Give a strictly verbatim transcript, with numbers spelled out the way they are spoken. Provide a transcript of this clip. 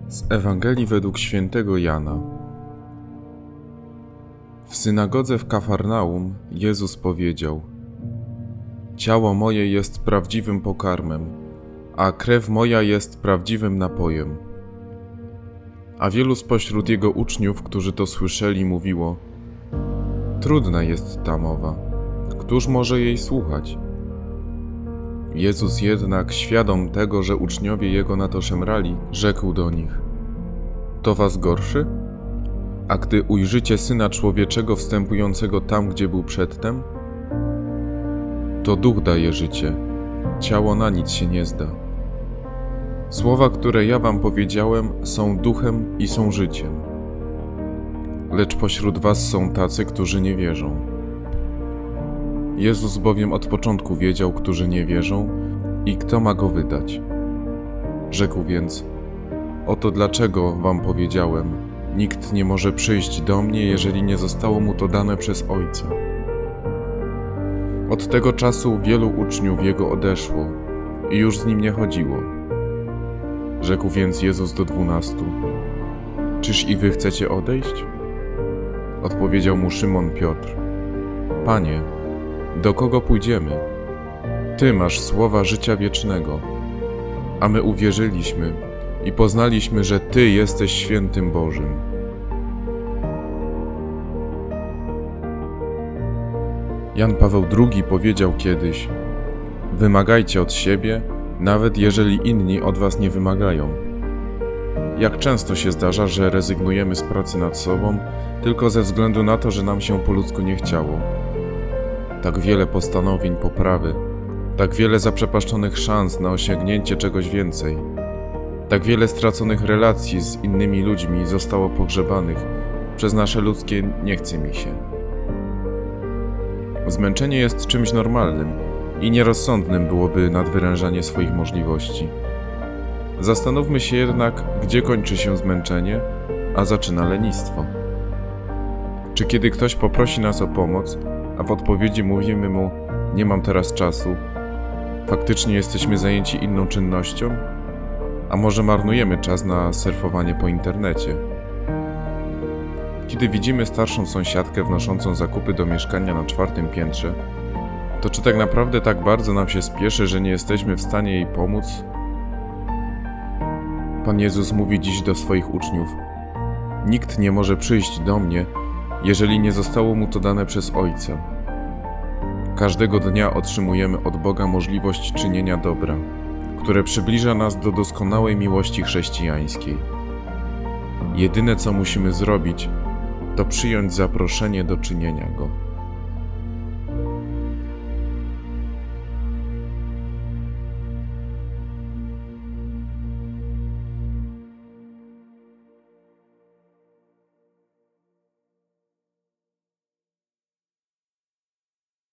Z Ewangelii według świętego Jana. W synagodze w Kafarnaum Jezus powiedział: Ciało moje jest prawdziwym pokarmem, a krew moja jest prawdziwym napojem. A wielu spośród Jego uczniów, którzy to słyszeli, mówiło: Trudna jest ta mowa, któż może jej słuchać? Jezus jednak, świadom tego, że uczniowie Jego na to szemrali, rzekł do nich: To was gorszy? A gdy ujrzycie Syna Człowieczego wstępującego tam, gdzie był przedtem, to duch daje życie, ciało na nic się nie zda. Słowa, które ja wam powiedziałem, są duchem i są życiem. Lecz pośród was są tacy, którzy nie wierzą. Jezus bowiem od początku wiedział, którzy nie wierzą i kto ma go wydać. Rzekł więc: Oto dlaczego wam powiedziałem, nikt nie może przyjść do mnie, jeżeli nie zostało mu to dane przez Ojca. Od tego czasu wielu uczniów Jego odeszło i już z Nim nie chodziło. Rzekł więc Jezus do dwunastu: Czyż i wy chcecie odejść? Odpowiedział mu Szymon Piotr: Panie, do kogo pójdziemy? Ty masz słowa życia wiecznego, a my uwierzyliśmy i poznaliśmy, że Ty jesteś Świętym Bożym. Jan Paweł drugi powiedział kiedyś: Wymagajcie od siebie, nawet jeżeli inni od was nie wymagają. Jak często się zdarza, że rezygnujemy z pracy nad sobą tylko ze względu na to, że nam się po ludzku nie chciało. Tak wiele postanowień poprawy, tak wiele zaprzepaszczonych szans na osiągnięcie czegoś więcej, tak wiele straconych relacji z innymi ludźmi zostało pogrzebanych przez nasze ludzkie nie chce mi się. Zmęczenie jest czymś normalnym i nierozsądnym byłoby nadwyrężanie swoich możliwości. Zastanówmy się jednak, gdzie kończy się zmęczenie, a zaczyna lenistwo. Czy kiedy ktoś poprosi nas o pomoc, a w odpowiedzi mówimy mu: nie mam teraz czasu, faktycznie jesteśmy zajęci inną czynnością? A może marnujemy czas na surfowanie po internecie? Kiedy widzimy starszą sąsiadkę wnoszącą zakupy do mieszkania na czwartym piętrze, to czy tak naprawdę tak bardzo nam się spieszy, że nie jesteśmy w stanie jej pomóc? Pan Jezus mówi dziś do swoich uczniów: Nikt nie może przyjść do mnie, jeżeli nie zostało mu to dane przez Ojca. Każdego dnia otrzymujemy od Boga możliwość czynienia dobra, które przybliża nas do doskonałej miłości chrześcijańskiej. Jedyne, co musimy zrobić, to przyjąć zaproszenie do czynienia go.